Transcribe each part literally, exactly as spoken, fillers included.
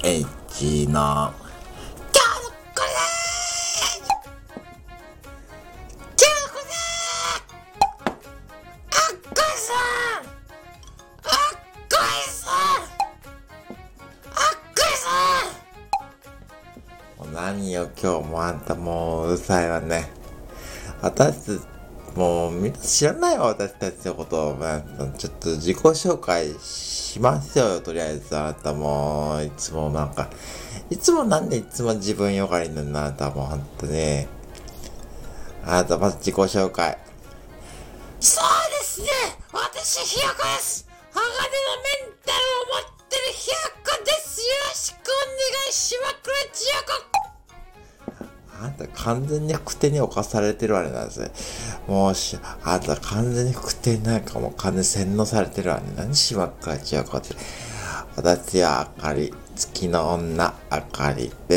エイチの今日のこれ今日のこれあっこいさんあっこいさんあっこいさんもう何よ今日もあんたもううるさいわね。私もうみんな知らないわ私たちのことを、まあ、ちょっと自己紹介しますよとりあえず。あなたもいつもなんかいつもなんでいつも自分よがりなのあなたもほんとね。あなたまず自己紹介。そうですね、私ひよこです。鋼のメンタルを持ってるひよこです。よろしくお願いします。ひよこあんた完全に副手に侵されてるわねなんですね。もうし、あんた完全に副手なんかもう完全に洗脳されてるわね。何しばっかり違うかって。私はあかり、月の女あかりです。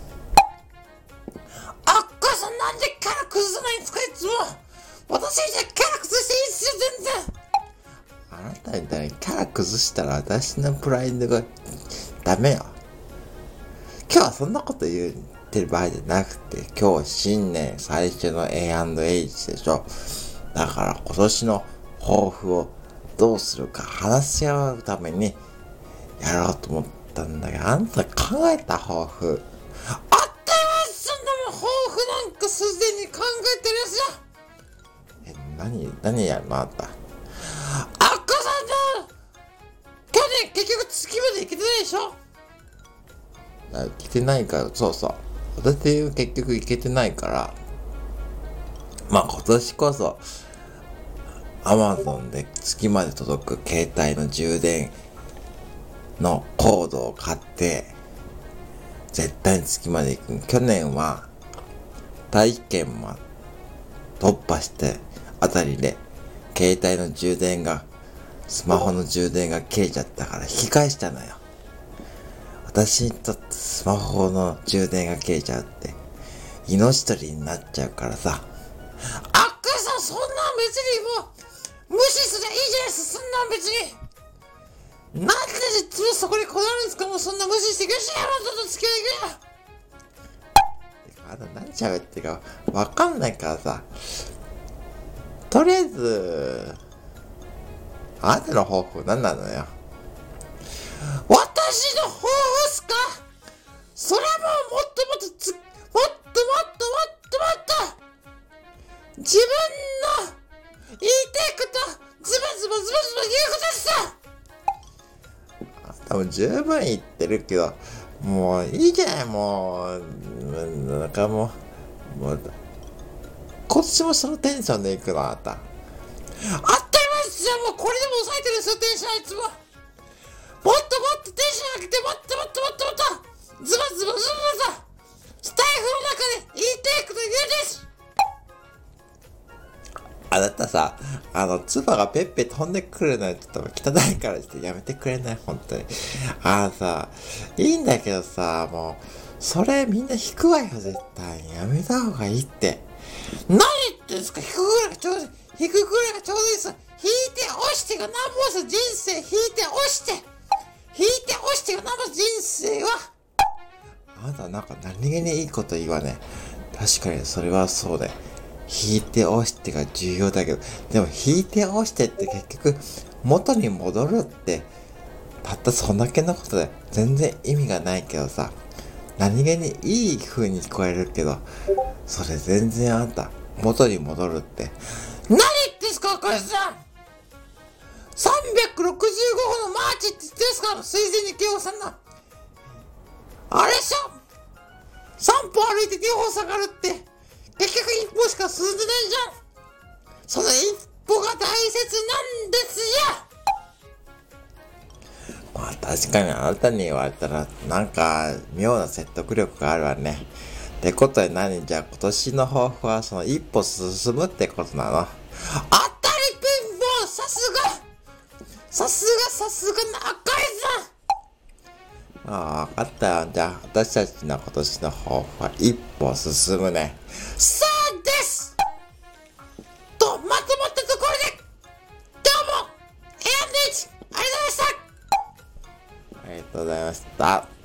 あっこさんなんでキャラ崩さないんですかいつも。私じゃキャラ崩していいっすよ全然。あなたみたいにキャラ崩したら私のプライドがダメよ。今日はそんなこと言う。ってる場合じゃなくて、今日新年最初の エーアンドエイチ でしょ。だから今年の抱負をどうするか話し合うためにやろうと思ったんだけど、あんた考えた抱負あったよ。そんなもん抱負なんかすでに考えてるやつよ。え、何、何やるのあんた。あっこさんと去年結局月まで行けてないでしょ。行けてないから、そうそう。私結局行けてないから、まあ今年こそ、アマゾンで月まで届く携帯の充電のコードを買って、絶対に月まで行く。去年は、大気圏も突破してあたりで、携帯の充電が、スマホの充電が切れちゃったから引き返したのよ。私にとってスマホの充電が切れちゃうって命取りになっちゃうからさ。あっくさんそんなん別にもう無視すりゃいいじゃないですか。そんなん別になんでいつもそこにこだわるんですか。もうそんな無視してください。もうちょっと付き合いくれよ。あんた何喋ってるかわかんないからさ。とりあえずあなたの抱負何なのよ。私の抱負っすか。それはもうもっともっとつもっともっともっともっともっと自分の言いたいことズバズバズバズバ言うことっすよ。多分十分言ってるけどもういいじゃない。もうなんかもうもう今年もそのテンションでいくのあなた。あったり前ですよ。もうこれでも抑えてるんですよテンション。あいつももっともっとテンション上げてもっともっともっともっとズバズバズバズバスタイフの中で言いたいこと言うです。あなたさ、あの唾がペッペ飛んでくるのはちょっと汚いからしてやめてくれない本当に。あのさ、いいんだけどさ、もうそれみんな引くわよ絶対に。やめた方がいいって。何言ってんすか。引くぐらいがちょうどいい。引くぐらいがちょうどいいです。引いて押してがなんぼす人生。引いて押して引いて押してがなんぼ人生は。あなたなんか何気にいいこと言うわね。確かにそれはそうだよ。引いて押してが重要だけど、でも引いて押してって結局元に戻るってたったそんだけのことで全然意味がないけどさ、何気にいい風に聞こえるけど、それ全然あんた元に戻るって何言ってんすかこれさん。さんびゃくろくじゅうごほのマーチって言ってんすか。水前に京さんのあれでしょ。さんぽ歩いてにほ下がるって結局いっぽしか進んでないじゃん。その一歩が大切なんですよ。まあ確かにあなたに言われたらなんか妙な説得力があるわね。ってことで何じゃあ今年の抱負はその一歩進むってことなの。あたりピンポン。さすがさすがさすがの赤井さん。ああ、分かったよ。じゃあ私たちの今年の抱負は一歩進むね。そうですとまとまったところでどうも エーアンドエイチ ありがとうございました。ありがとうございました。